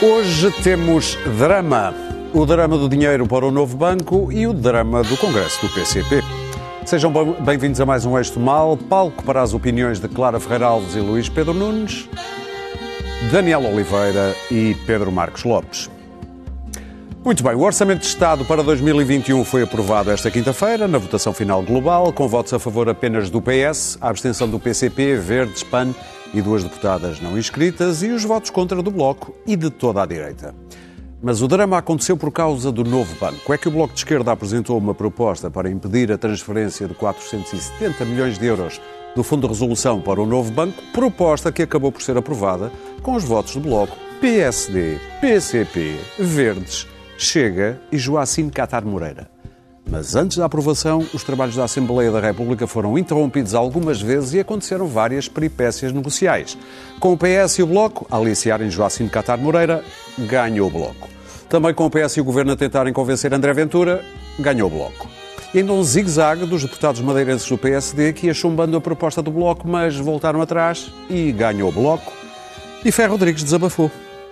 Hoje temos drama. O drama do dinheiro para o novo banco e o drama do Congresso do PCP. Sejam bem-vindos a mais um Eixo do Mal, palco para as opiniões de Clara Ferreira Alves e Luís Pedro Nunes, Daniel Oliveira e Pedro Marcos Lopes. Muito bem, o Orçamento de Estado para 2021 foi aprovado esta quinta-feira, na votação final global, com votos a favor apenas do PS, a abstenção do PCP, Verdes, PAN e 2 deputadas não inscritas e os votos contra do Bloco e de toda a direita. Mas o drama aconteceu por causa do novo banco. É que o Bloco de Esquerda apresentou uma proposta para impedir a transferência de 470 milhões de euros do Fundo de Resolução para o novo banco, proposta que acabou por ser aprovada com os votos do Bloco, PSD, PCP, Verdes, Chega e Joacim Catar Moreira. Mas antes da aprovação, os trabalhos da Assembleia da República foram interrompidos algumas vezes e aconteceram várias peripécias negociais. Com o PS e o Bloco a aliciarem Joacim Catar Moreira, ganhou o Bloco. Também com o PS e o Governo a tentarem convencer André Ventura, ganhou o Bloco. E ainda um zigue-zague dos deputados madeirenses do PSD que ia chumbando a proposta do Bloco, mas voltaram atrás e ganhou o Bloco. E Ferro Rodrigues desabafou.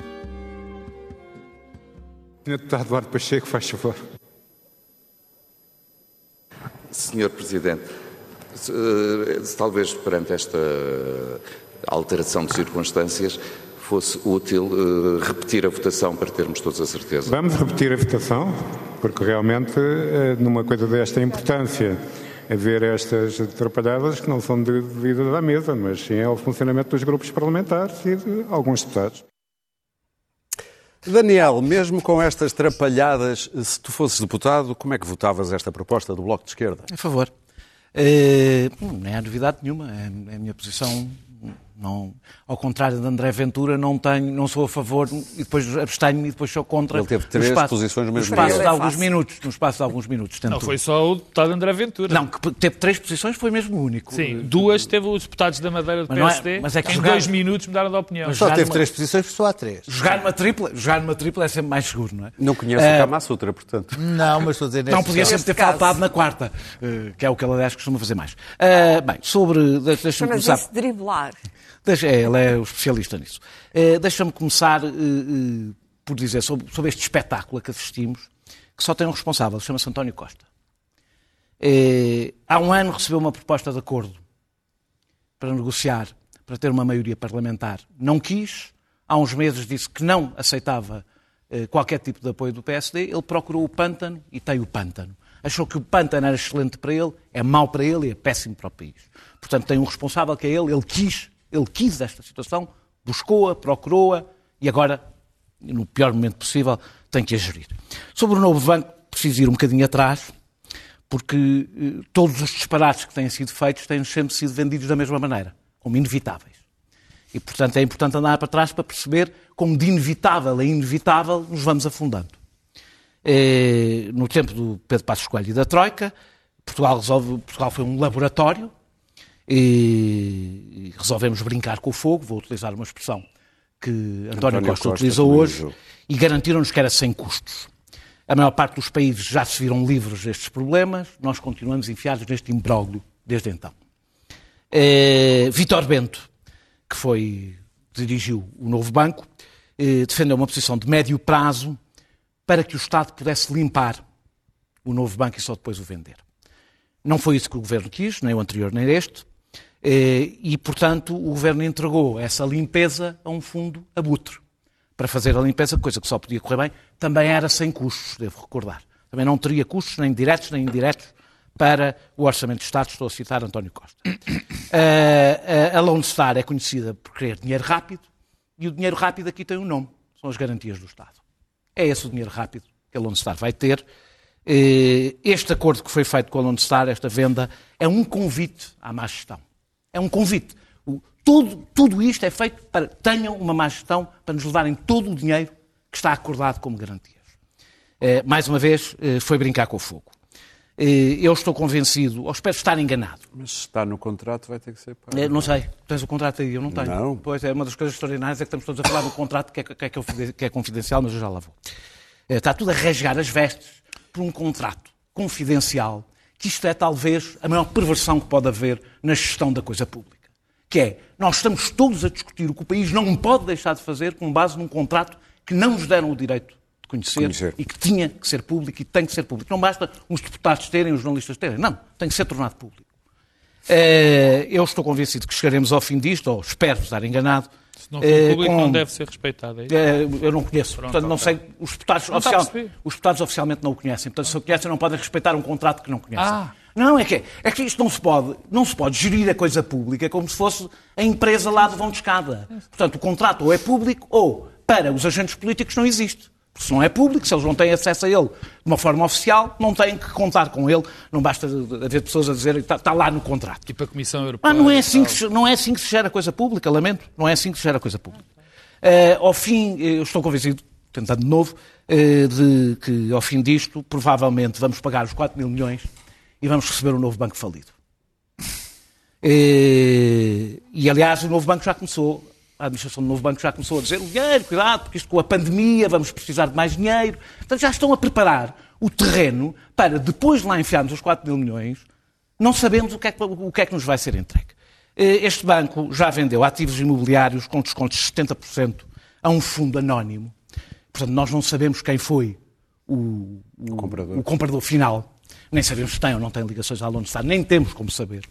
Senhor Deputado Eduardo Pacheco, faz favor. Senhor Presidente, talvez perante esta alteração de circunstâncias fosse útil repetir a votação para termos todos a certeza. Vamos repetir a votação, porque realmente numa coisa desta importância haver estas atrapalhadas que não são devidas à mesa, mas sim ao funcionamento dos grupos parlamentares e de alguns deputados. Daniel, mesmo com estas trapalhadas, se tu fosses deputado, como é que votavas esta proposta do Bloco de Esquerda? A favor. Não há novidade nenhuma. É a minha posição. Não, ao contrário de André Ventura, não sou a favor e depois abstenho-me e depois sou contra. Ele teve 3 posições no mesmo dia. No espaço de alguns minutos. Não foi só o deputado André Ventura. Não, que teve 3 posições foi mesmo o único. Sim, 2 teve os deputados da Madeira do PSD, em 2 minutos mudaram de opinião. Só teve 3 posições, porque só há 3. Jogar numa tripla é sempre mais seguro, não é? Não conheço o Kama Sutra, portanto. Não, mas estou a dizer... Não podia sempre ter faltado na quarta, que é o que ele, aliás, costuma fazer mais. Bem, deixa-me começar... Chama-se driblar. Ele é o especialista nisso. Deixa-me começar por dizer sobre este espetáculo a que assistimos, que só tem um responsável, chama-se António Costa. Há um ano recebeu uma proposta de acordo para negociar, para ter uma maioria parlamentar. Não quis. Há uns meses disse que não aceitava qualquer tipo de apoio do PSD. Ele procurou o pântano e tem o pântano. Achou que o pântano era excelente para ele, é mau para ele e é péssimo para o país. Portanto, tem um responsável que é ele. Ele quis esta situação, buscou-a, procurou-a e agora, no pior momento possível, tem que a gerir. Sobre o novo banco, preciso ir um bocadinho atrás, porque todos os disparates que têm sido feitos têm sempre sido vendidos da mesma maneira, como inevitáveis. E, portanto, é importante andar para trás para perceber como de inevitável a inevitável nos vamos afundando. No tempo do Pedro Passos Coelho e da Troika, Portugal foi um laboratório, e resolvemos brincar com o fogo, vou utilizar uma expressão que António Costa utilizou hoje, e garantiram-nos que era sem custos. A maior parte dos países já se viram livres destes problemas, nós continuamos enfiados neste imbróglio desde então. Vítor Bento, que dirigiu o novo banco, defendeu uma posição de médio prazo para que o Estado pudesse limpar o novo banco e só depois o vender. Não foi isso que o Governo quis, nem o anterior nem este, e, portanto, o Governo entregou essa limpeza a um fundo abutre para fazer a limpeza, coisa que só podia correr bem, também era sem custos, devo recordar. Também não teria custos, nem diretos nem indiretos, para o Orçamento de Estado, estou a citar António Costa. A Lone Star é conhecida por querer dinheiro rápido, e o dinheiro rápido aqui tem um nome, são as garantias do Estado. É esse o dinheiro rápido que a Lone Star vai ter. Este acordo que foi feito com a Lone Star, esta venda, é um convite à má gestão. É um convite. Tudo isto é feito para que tenham uma má gestão, para nos levarem todo o dinheiro que está acordado como garantias. Mais uma vez, foi brincar com o fogo. Eu estou convencido, ou espero estar enganado. Mas se está no contrato vai ter que ser pago. Não sei, tens o contrato aí, eu não tenho. Não. Pois é, uma das coisas extraordinárias é que estamos todos a falar do contrato que é confidencial, mas eu já lá vou. Está tudo a rasgar as vestes por um contrato confidencial, que isto é talvez a maior perversão que pode haver na gestão da coisa pública. Que é, nós estamos todos a discutir o que o país não pode deixar de fazer com base num contrato que não nos deram o direito de conhecer e que tinha que ser público e tem que ser público. Não basta os deputados terem, os jornalistas terem. Não, tem que ser tornado público. Eu estou convencido que chegaremos ao fim disto, ou espero estar enganado. Se não for público, não deve ser respeitado. É isso? Eu não conheço. Pronto, portanto, não sei. Os deputados oficialmente não o conhecem. Portanto, se o conhecem, não podem respeitar um contrato que não conhecem. Não, é que isto não se pode gerir a coisa pública como se fosse a empresa lá de vão de escada. Portanto, o contrato ou é público ou, para os agentes políticos, não existe. Porque se não é público, se eles não têm acesso a ele de uma forma oficial, não têm que contar com ele. Não basta haver pessoas a dizer que está lá no contrato. Tipo a Comissão Europeia. Não é assim que se gera a coisa pública, lamento. Não é assim que se gera a coisa pública. Ao fim, eu estou convencido, tentando de novo, de que ao fim disto, provavelmente vamos pagar os 4 mil milhões e vamos receber um novo banco falido. E aliás, o novo banco já começou. A administração do novo banco já começou a dizer dinheiro, cuidado, porque isto com a pandemia vamos precisar de mais dinheiro. Portanto, já estão a preparar o terreno para, depois de lá enfiarmos os 4 mil milhões, não sabemos o que é que nos vai ser entregue. Este banco já vendeu ativos imobiliários com descontos de 70% a um fundo anónimo. Portanto, nós não sabemos quem foi o comprador final. Nem sabemos se tem ou não tem ligações à Lone Star. Nem temos como saber.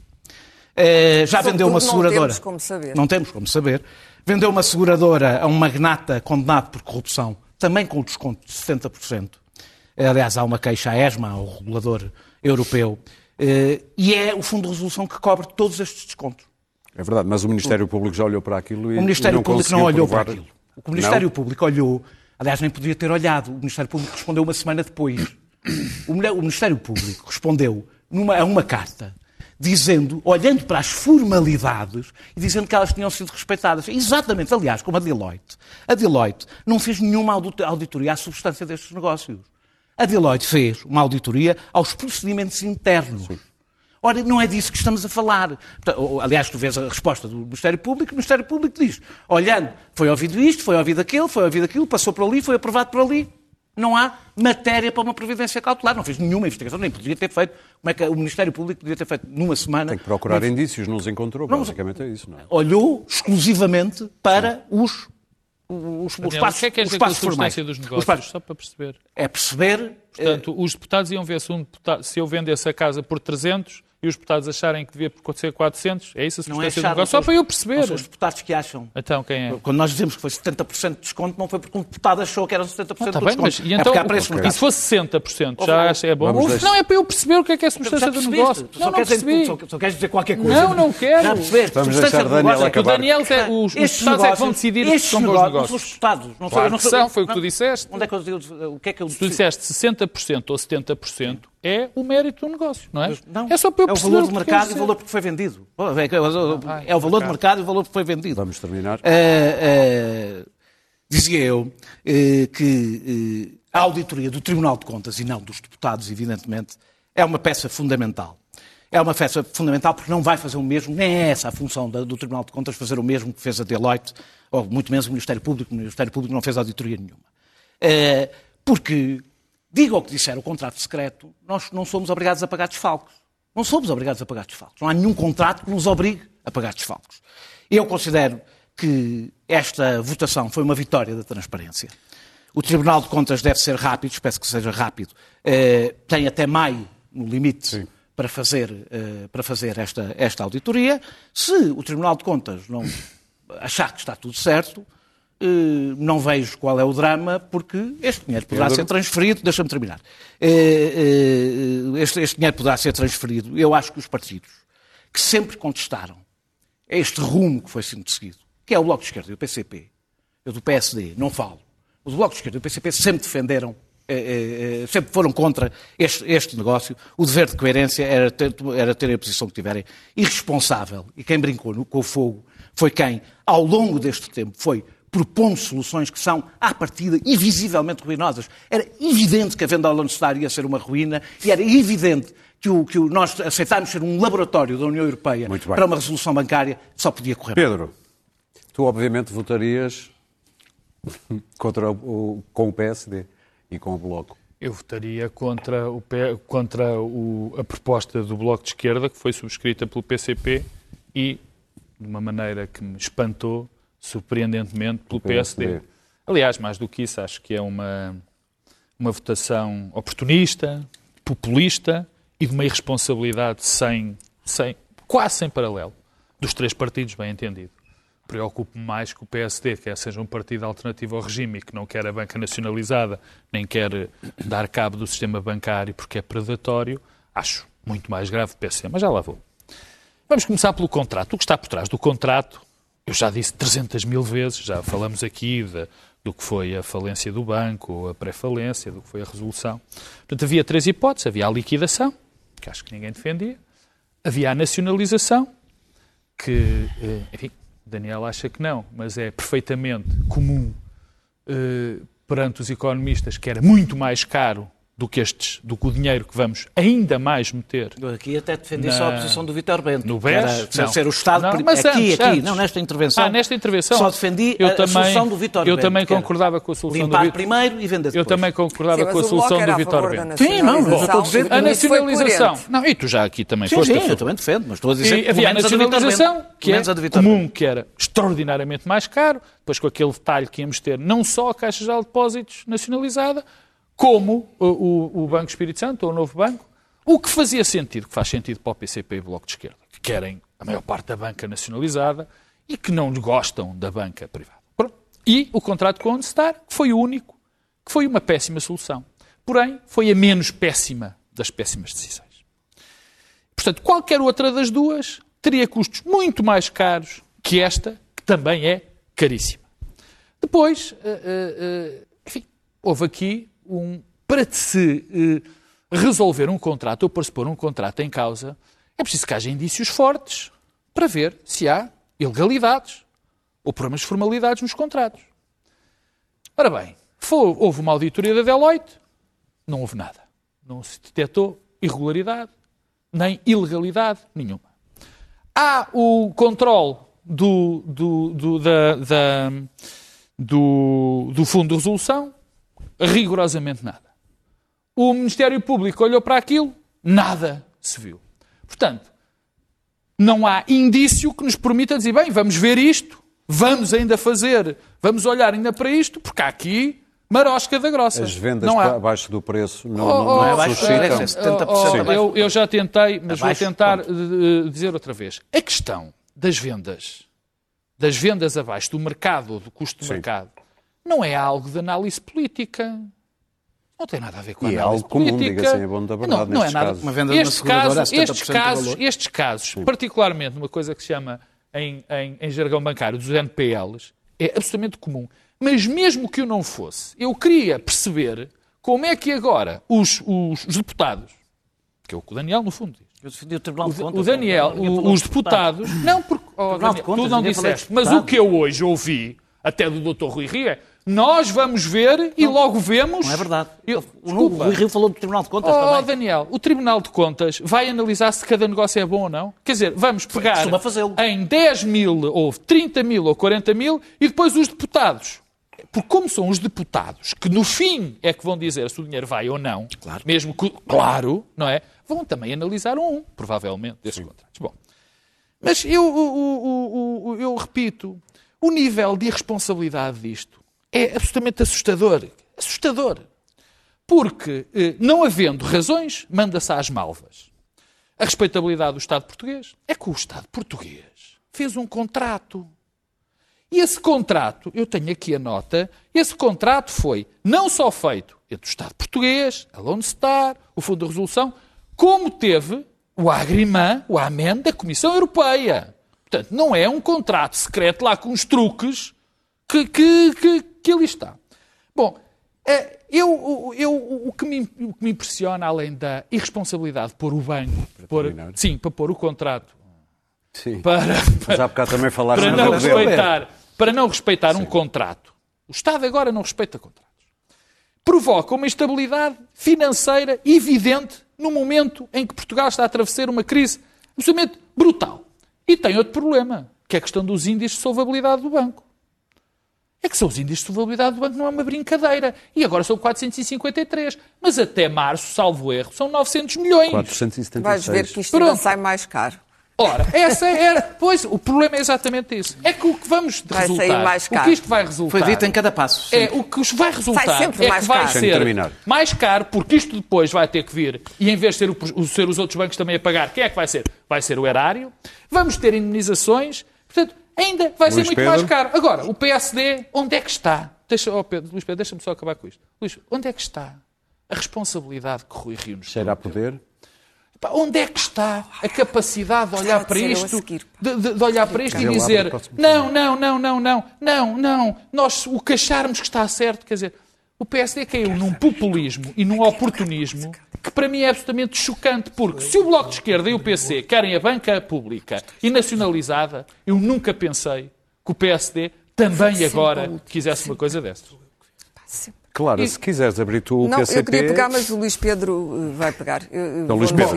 Já vendeu uma seguradora. Não temos como saber. Não temos como saber. Vendeu uma seguradora a um magnata condenado por corrupção, também com o desconto de 70%. Aliás, há uma queixa à ESMA, ao regulador europeu. E é o Fundo de Resolução que cobre todos estes descontos. É verdade, mas o Ministério Público já olhou para aquilo e o Ministério Público não olhou provar... para aquilo. O Ministério Público olhou, aliás, nem podia ter olhado. O Ministério Público respondeu uma semana depois. O Ministério Público respondeu a uma carta dizendo, olhando para as formalidades e dizendo que elas tinham sido respeitadas. Exatamente, aliás, como a Deloitte. A Deloitte não fez nenhuma auditoria à substância destes negócios. A Deloitte fez uma auditoria aos procedimentos internos. Sim. Ora, não é disso que estamos a falar. Aliás, tu vês a resposta do Ministério Público, o Ministério Público diz, olhando, foi ouvido isto, foi ouvido aquilo, passou por ali, foi aprovado por ali. Não há matéria para uma providência cautelar. Não fez nenhuma investigação, nem podia ter feito. Como é que o Ministério Público podia ter feito numa semana? Tem que procurar indícios, não os encontrou, basicamente é isso. Não é? Olhou exclusivamente para os passos formais. O que é que a substância dos negócios? Só para perceber. É perceber... Portanto, os deputados iam ver se eu vendesse a casa por 300... e os deputados acharem que devia ser 400, é isso a substância do negócio? Só para eu perceber. Não são os deputados que acham. Então, quem é? Quando nós dizemos que foi 70% de desconto, não foi porque um deputado achou que era 70% do desconto. Mas, e então, e se fosse 60%, já acha é bom? Não, é para eu perceber o que é a substância do negócio. Não percebi. Só queres dizer qualquer coisa. Não quero. Já percebeste. Vamos deixar Daniel acabar. O Daniel, os deputados é que vão decidir se são bons negócios. Não são os deputados. Claro que são, foi o que tu disseste. Onde é que eu digo? O que é que eu disse? Tu disseste 60% ou 70%. É o mérito do negócio, não é? Não, é só para eu perceber. É o valor do mercado e o valor porque foi vendido. É o valor do mercado e o valor porque foi vendido. Vamos terminar. Dizia eu que a auditoria do Tribunal de Contas, e não dos deputados, evidentemente, é uma peça fundamental. É uma peça fundamental porque não vai fazer o mesmo, nem é essa a função do Tribunal de Contas, fazer o mesmo que fez a Deloitte, ou muito menos o Ministério Público. O Ministério Público não fez auditoria nenhuma. Porque... Diga o que disser o contrato secreto, nós não somos obrigados a pagar desfalques. Não somos obrigados a pagar desfalques. Não há nenhum contrato que nos obrigue a pagar desfalques. Eu considero que esta votação foi uma vitória da transparência. O Tribunal de Contas deve ser rápido, espero que seja rápido. Tem até maio, no limite, para fazer esta auditoria. Se o Tribunal de Contas não achar que está tudo certo... não vejo qual é o drama, porque este dinheiro poderá ser transferido. Deixa-me terminar. Este dinheiro poderá ser transferido. Eu acho que os partidos que sempre contestaram este rumo que foi sendo seguido, que é o Bloco de Esquerda e o PCP, eu do PSD não falo, mas o Bloco de Esquerda e o PCP sempre defenderam, sempre foram contra este negócio. O dever de coerência era ter a posição que tiverem. Irresponsável, e quem brincou com o fogo foi quem, ao longo deste tempo, foi propondo soluções que são, à partida, invisivelmente ruinosas. Era evidente que a venda ao Lone Star ia ser uma ruína e era evidente que nós aceitarmos ser um laboratório da União Europeia para uma resolução bancária só podia correr. Pedro, tu obviamente votarias com o PSD e com o Bloco. Eu votaria contra a proposta do Bloco de Esquerda, que foi subscrita pelo PCP e, de uma maneira que me espantou, surpreendentemente, pelo PSD. Aliás, mais do que isso, acho que é uma votação oportunista, populista e de uma irresponsabilidade quase sem paralelo dos três partidos, bem entendido. Preocupo-me mais que o PSD, que seja um partido alternativo ao regime e que não quer a banca nacionalizada, nem quer dar cabo do sistema bancário porque é predatório. Acho muito mais grave o PSD, mas já lá vou. Vamos começar pelo contrato. O que está por trás do contrato, eu já disse 300 mil vezes, já falamos aqui do que foi a falência do banco, a pré-falência, do que foi a resolução. Portanto, havia três hipóteses. Havia a liquidação, que acho que ninguém defendia. Havia a nacionalização, que, enfim, Daniel acha que não, mas é perfeitamente comum perante os economistas que era muito mais caro do que o dinheiro que vamos ainda mais meter. Eu aqui até defendi só a posição do Vítor Bento. No BES? Ser o Estado... Não, mas aqui, não nesta intervenção. Nesta intervenção. Só defendi a solução do Vítor Bento. Eu também concordava com a solução do Vítor Bento. Primeiro e vender depois. Eu também concordava com a solução do Vítor Bento. Sim, não, eu estou a dizer... A nacionalização. Não, e tu já aqui também foste. Sim, eu também defendo, mas estou a dizer... Havia a nacionalização, que é comum, que era extraordinariamente mais caro, depois com aquele detalhe que íamos ter não só a Caixa Geral de Depósitos nacionalizada, como o Banco Espírito Santo, ou o Novo Banco, o que fazia sentido, que faz sentido para o PCP e o Bloco de Esquerda, que querem a maior parte da banca nacionalizada e que não gostam da banca privada. Pronto. E o contrato com a OnStar, que foi o único, que foi uma péssima solução. Porém, foi a menos péssima das péssimas decisões. Portanto, qualquer outra das duas teria custos muito mais caros que esta, que também é caríssima. Depois, enfim, houve aqui para se resolver um contrato ou para se pôr um contrato em causa, é preciso que haja indícios fortes para ver se há ilegalidades ou problemas de formalidades nos contratos. Ora bem, houve uma auditoria da Deloitte, não houve nada. Não se detectou irregularidade, nem ilegalidade nenhuma. Há o controle do Fundo de Resolução, rigorosamente nada. O Ministério Público olhou para aquilo, nada se viu. Portanto, não há indício que nos permita dizer, bem, vamos ver isto, vamos ainda fazer, vamos olhar ainda para isto, porque há aqui marosca da grossa. As vendas abaixo do preço não é abaixo do preço, é 70%. Eu já tentei, mas vou tentar dizer outra vez. A questão das vendas abaixo do mercado ou do custo do mercado, não é algo de análise política. Não tem nada a ver com a análise política. É algo comum, diga-se, é bom da verdade, nestes casos. Uma venda de uma seguradora a 70% estes casos, particularmente numa coisa que se chama, em jargão bancário, dos NPLs, é absolutamente comum. Mas mesmo que eu não fosse, eu queria perceber como é que agora os deputados, que é o que o Daniel, no fundo, diz. Eu defendi o Tribunal de Contas. O Daniel, os deputados... Não, porque Daniel, tu não disseste. Mas o que eu hoje ouvi, até do Dr. Rui Rio, é nós vamos ver e logo vemos... Não é verdade. O Rui Rio falou do Tribunal de Contas também. Daniel, o Tribunal de Contas vai analisar se cada negócio é bom ou não? Quer dizer, vamos pegar em 10 mil, ou 30 mil, ou 40 mil, e depois os deputados. Porque como são os deputados que no fim é que vão dizer se o dinheiro vai ou não, claro. Mesmo que, não é? Vão também analisar provavelmente, desses contratos. Bom, mas eu repito, o nível de irresponsabilidade disto é absolutamente assustador. Assustador. Porque, não havendo razões, manda-se às malvas. A respeitabilidade do Estado português é que o Estado português fez um contrato. E esse contrato, eu tenho aqui a nota, esse contrato foi não só feito entre o Estado português, a Lone Star, o Fundo de Resolução, como teve o agreement, o amém da Comissão Europeia. Portanto, não é um contrato secreto lá com os truques que ali está. Bom, o que me impressiona, além da irresponsabilidade de pôr o banco, para pôr o contrato, sim. Mas há bocado também falaste para não respeitar um contrato. O Estado agora não respeita contratos. Provoca uma instabilidade financeira evidente no momento em que Portugal está a atravessar uma crise absolutamente brutal. E tem outro problema, que é a questão dos índices de solvabilidade do banco. É que são os índices de solvabilidade do banco, não é uma brincadeira. E agora são 453. Mas até março, salvo erro, são 900 milhões. 476. Vais ver que isto ainda sai mais caro. Ora, essa era... Pois, o problema é exatamente isso. É que o que vamos vai resultar... sair mais caro. O que isto vai resultar... Foi dito em cada passo. É, o que vai resultar Sai sempre mais que vai caro. ser mais caro, porque isto depois vai ter que vir, e em vez de ser os outros bancos também a pagar, quem é que vai ser? Vai ser o erário. Vamos ter indemnizações. Portanto, ainda vai ser muito mais caro. Agora, o PSD, onde é que está? Luís Pedro, deixa-me só acabar com isto. Luís, onde é que está a responsabilidade que Rui Rio nos Cheira a poder. Onde é que está a capacidade de olhar para isto, de olhar para isto e dizer não, nós o que acharmos que está certo, quer dizer, o PSD caiu num populismo e num oportunismo que para mim é absolutamente chocante, porque se o Bloco de Esquerda e o PC querem a banca pública e nacionalizada, eu nunca pensei que o PSD também agora quisesse uma coisa dessas. Claro, se quiseres abrir tu o PCP... Não, eu queria pegar, mas o Luís Pedro vai pegar. Então, Luís Pedro.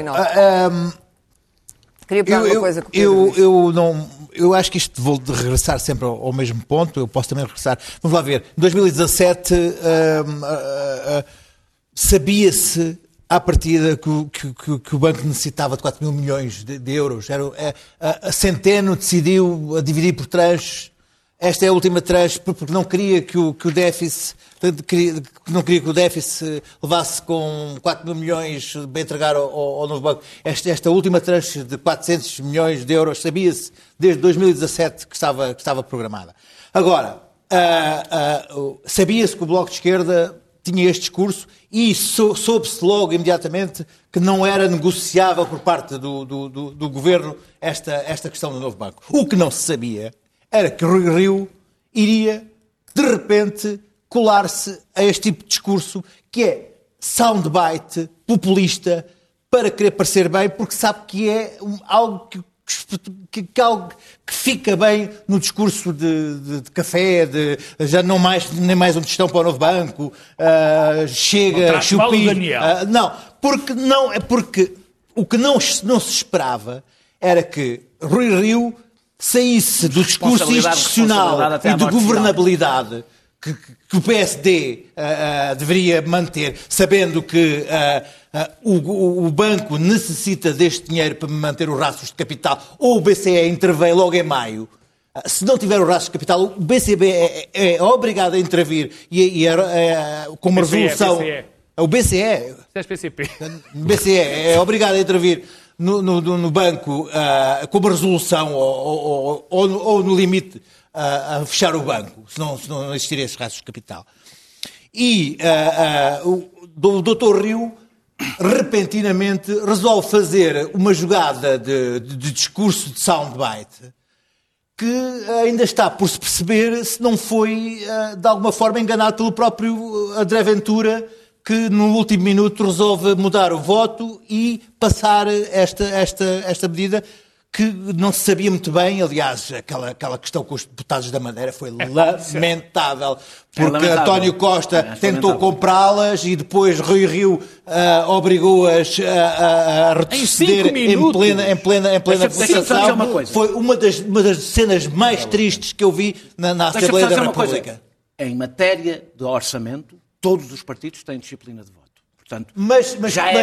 Queria pegar uma coisa que o Pedro eu acho que isto vou de regressar sempre ao mesmo ponto, eu posso também regressar. Vamos lá ver, em 2017 sabia-se à partida que o banco necessitava de 4 mil milhões de euros. A Centeno decidiu a dividir por tranches. Esta é a última tranche porque não queria que o déficit levasse com 4 mil milhões para entregar ao novo banco. Esta última tranche de 400 milhões de euros sabia-se desde 2017 que estava programada. Agora, sabia-se que o Bloco de Esquerda tinha este discurso e soube-se logo, imediatamente, que não era negociável por parte do Governo esta questão do novo banco. O que não se sabia era que Rui Rio iria, de repente, colar-se a este tipo de discurso que é soundbite, populista, para querer parecer bem, porque sabe que é algo que fica bem no discurso de café, já não nem mais uma gestão para o novo banco, chega, chupi. Não, porque o que não se esperava era que Rui Rio saísse do discurso institucional e de governabilidade que o PSD deveria manter, sabendo que o banco necessita deste dinheiro para manter os rastros de capital, ou o BCE intervém logo em maio. Se não tiver os rastros de capital, o BCE é obrigado a intervir com uma resolução... O BCE... O BCE é obrigado a intervir no banco com uma resolução ou no limite a fechar o banco, se não existirem esses rastros de capital. E o Dr. Rio repentinamente resolve fazer uma jogada de discurso de soundbite que ainda está por se perceber se não foi de alguma forma enganado pelo próprio André Ventura, que no último minuto resolve mudar o voto e passar esta medida que não se sabia muito bem. Aliás, aquela questão com os deputados da Madeira foi lamentável, porque António Costa tentou comprá-las e depois Rui Rio obrigou-as a retroceder em plena votação. Foi uma das cenas mais tristes que eu vi na Assembleia da República. Em matéria de orçamento, todos os partidos têm disciplina de voto. Portanto, mas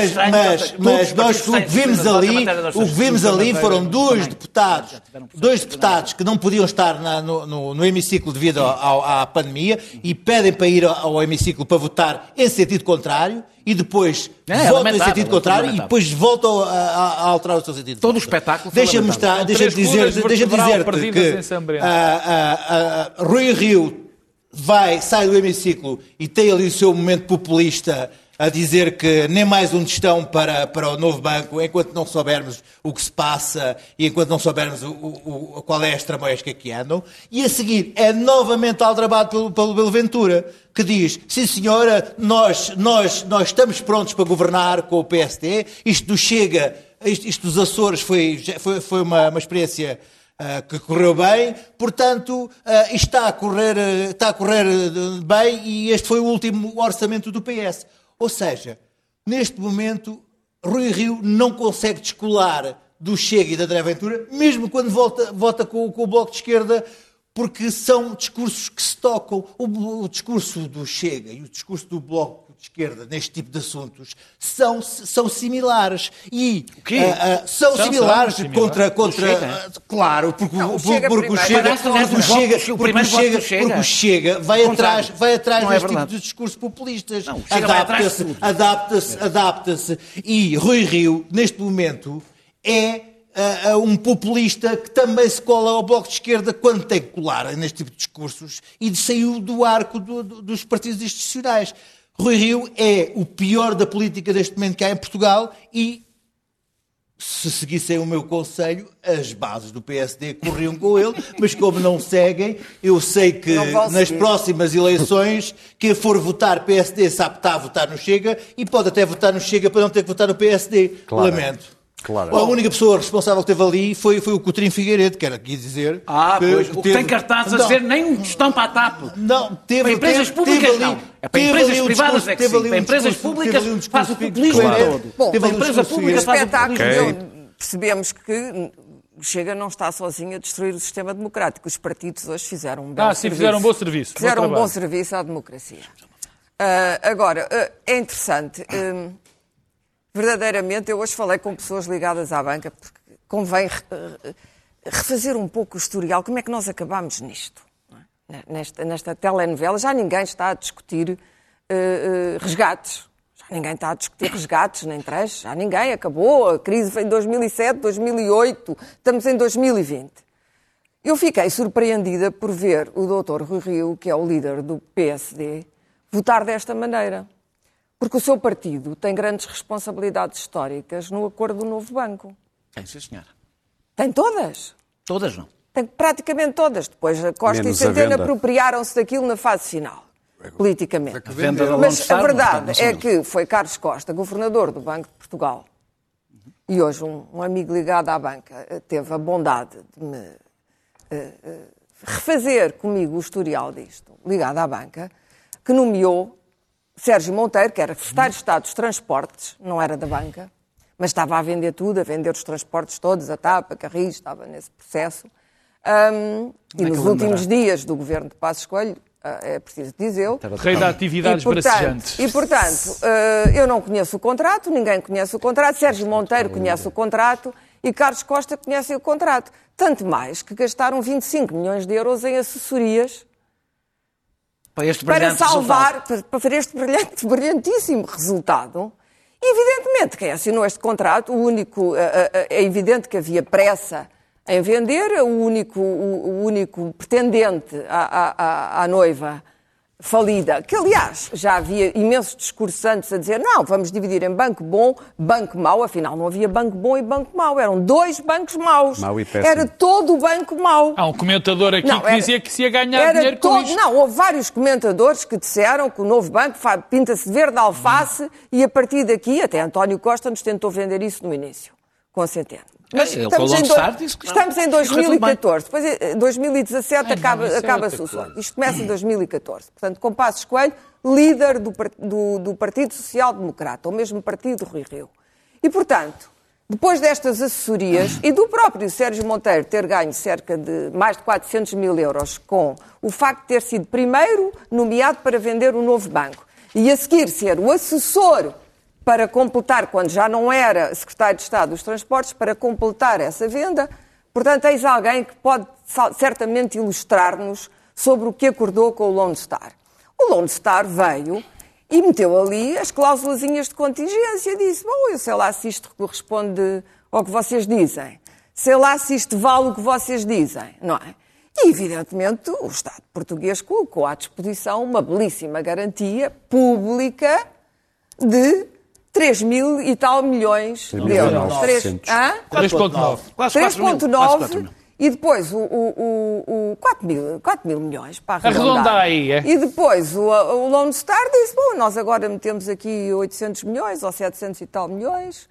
nós o que vimos ali foram dois deputados que não podiam estar no hemiciclo devido à pandemia e pedem para ir ao hemiciclo para votar em sentido contrário e depois votam em sentido contrário e depois voltam a alterar o seu sentido. Todo o espetáculo. Deixa-me dizer-te que Rui Rio sai do hemiciclo e tem ali o seu momento populista a dizer que nem mais um tostão para o novo banco, enquanto não soubermos o que se passa e enquanto não soubermos qual é a tramóias que andam. E a seguir é novamente aldrabado pelo Ventura, que diz, sim senhora, nós estamos prontos para governar com o PSD, isto do Chega, isto dos Açores foi uma experiência que correu bem, portanto, isto está a correr bem e este foi o último orçamento do PS. Ou seja, neste momento, Rui Rio não consegue descolar do Chega e da André Ventura, mesmo quando vota com o Bloco de Esquerda, porque são discursos que se tocam. O discurso do Chega e o discurso do Bloco de de Esquerda neste tipo de assuntos são similares. E são similares contra claro, porque o Chega vai atrás deste tipo de discurso populistas. Adapta-se. E Rui Rio, neste momento, é um populista que também se cola ao Bloco de Esquerda quando tem que colar neste tipo de discursos e saiu do arco dos partidos institucionais. Rui Rio é o pior da política deste momento que há em Portugal e, se seguissem o meu conselho, as bases do PSD corriam com ele, mas como não seguem, eu sei que nas próximas eleições, quem for votar PSD sabe que está a votar no Chega e pode até votar no Chega para não ter que votar no PSD. Claro. Lamento. Claro. A única pessoa responsável que esteve ali foi o Coutinho Figueiredo, que era aqui dizer... pois, o que tem cartazes a dizer nem um tostão para a TAP. Não, para empresas públicas não. É para empresas privadas é que sim. Para empresas públicas faz o populismo todo. Bom, para empresa pública faz o populismo. Percebemos que o Chega não está sozinho a destruir o sistema democrático. Os partidos hoje fizeram um bom serviço. Fizeram um bom serviço. Fizeram um bom serviço à democracia. Agora, é interessante... Verdadeiramente, eu hoje falei com pessoas ligadas à banca, porque convém refazer um pouco o historial. Como é que nós acabámos nisto? Nesta telenovela, já ninguém está a discutir resgates. Já ninguém está a discutir resgates, nem trechos. Já ninguém. Acabou. A crise foi em 2007, 2008. Estamos em 2020. Eu fiquei surpreendida por ver o Dr. Rui Rio, que é o líder do PSD, votar desta maneira. Porque o seu partido tem grandes responsabilidades históricas no acordo do novo banco. Tem, sim, senhora. Tem todas? Todas não. Tem praticamente todas. Depois a Costa e Centeno apropriaram-se daquilo na fase final, politicamente. Mas a verdade é que foi Carlos Costa, governador do Banco de Portugal, e hoje um amigo ligado à banca teve a bondade de me refazer comigo o historial disto, ligado à banca, que nomeou Sérgio Monteiro, que era secretário de Estado dos Transportes, não era da banca, mas estava a vender tudo, a vender os transportes todos, a TAP, a Carris, estava nesse processo. E nos últimos dias do governo de Passos Coelho, é preciso dizê-lo. Rei da atividades bracejantes. E, portanto, eu não conheço o contrato, ninguém conhece o contrato, Sérgio Monteiro conhece o contrato e Carlos Costa conhece o contrato. Tanto mais que gastaram 25 milhões de euros em assessorias para salvar, para fazer este brilhantíssimo resultado. E, evidentemente, quem assinou este contrato, é evidente que havia pressa em vender, o único pretendente à noiva falida, que, aliás, já havia imensos discursos antes a dizer não, vamos dividir em banco bom, banco mau, afinal não havia banco bom e banco mau, eram dois bancos maus. Mau e péssimo. Era todo o banco mau. Há um comentador aqui que dizia que se ia ganhar dinheiro com isto. Não, houve vários comentadores que disseram que o novo banco pinta-se de verde alface e a partir daqui, até António Costa nos tentou vender isso no início, com a Centeno. Mas estamos em 2014, depois em 2017 acaba-se o sonho. Isto começa em 2014. Portanto, com Passos Coelho, líder do Partido Social Democrata, o mesmo partido Rui Rio. E, portanto, depois destas assessorias e do próprio Sérgio Monteiro ter ganho cerca de mais de 400 mil euros com o facto de ter sido primeiro nomeado para vender o novo banco e a seguir ser o assessor para completar, quando já não era secretário de Estado dos Transportes, para completar essa venda. Portanto, eis alguém que pode certamente ilustrar-nos sobre o que acordou com o Lone Star. O Lone Star veio e meteu ali as cláusulazinhas de contingência. Disse, bom, eu sei lá se isto corresponde ao que vocês dizem. Sei lá se isto vale o que vocês dizem, não é? E, evidentemente, o Estado português colocou à disposição uma belíssima garantia pública de 3 mil e tal milhões de euros. 3,9. 3,9 e depois 4 mil milhões para arredondar. Arredondar aí, é? E depois o Lone Star disse, bom, nós agora metemos aqui 800 milhões ou 700 e tal milhões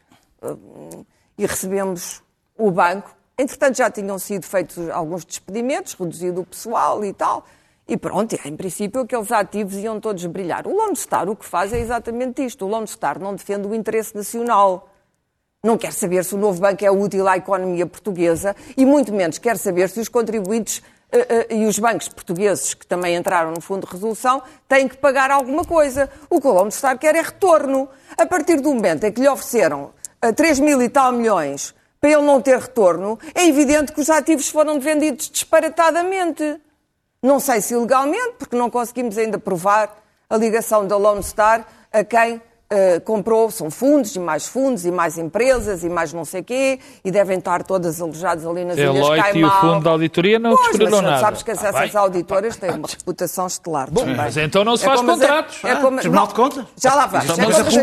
e recebemos o banco. Entretanto, já tinham sido feitos alguns despedimentos, reduzido o pessoal e tal. E pronto, em princípio, aqueles ativos iam todos brilhar. O Lone Star o que faz é exatamente isto. O Lone Star não defende o interesse nacional. Não quer saber se o novo banco é útil à economia portuguesa e muito menos quer saber se os contribuintes e os bancos portugueses, que também entraram no Fundo de Resolução, têm que pagar alguma coisa. O que o Lone Star quer é retorno. A partir do momento em que lhe ofereceram 3 mil e tal milhões para ele não ter retorno, é evidente que os ativos foram vendidos disparatadamente. Não sei se ilegalmente, porque não conseguimos ainda provar a ligação da Lone Star a quem comprou. São fundos e mais empresas e mais não sei quê, e devem estar todas alojadas ali nas Ilhas Caimão. E o fundo da auditoria não descobriram nada. Sabes que essas auditoras têm uma reputação estelar. Bom, mas então não se faz contratos. Tribunal de Contas? Já lá vai.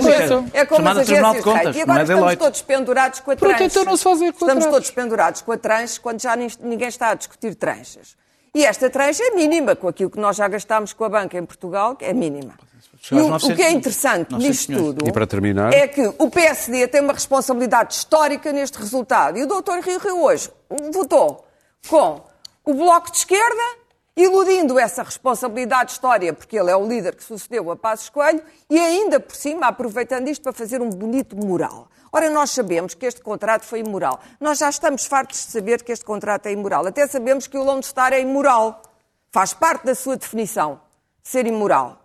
É como as agências de rating. E agora estamos todos pendurados com a tranche. Então não se fazem contratos. Estamos todos pendurados com a tranche quando já ninguém está a discutir tranches. E esta tranche é mínima, com aquilo que nós já gastámos com a banca em Portugal, que é mínima. E o que é interessante nisto tudo e para terminar, é que o PSD tem uma responsabilidade histórica neste resultado. E o Dr. Rio hoje votou com o Bloco de Esquerda, iludindo essa responsabilidade histórica, porque ele é o líder que sucedeu a Passos Coelho, e ainda por cima aproveitando isto para fazer um bonito moral. Ora, nós sabemos que este contrato foi imoral. Nós já estamos fartos de saber que este contrato é imoral. Até sabemos que o Lone Star é imoral. Faz parte da sua definição, ser imoral.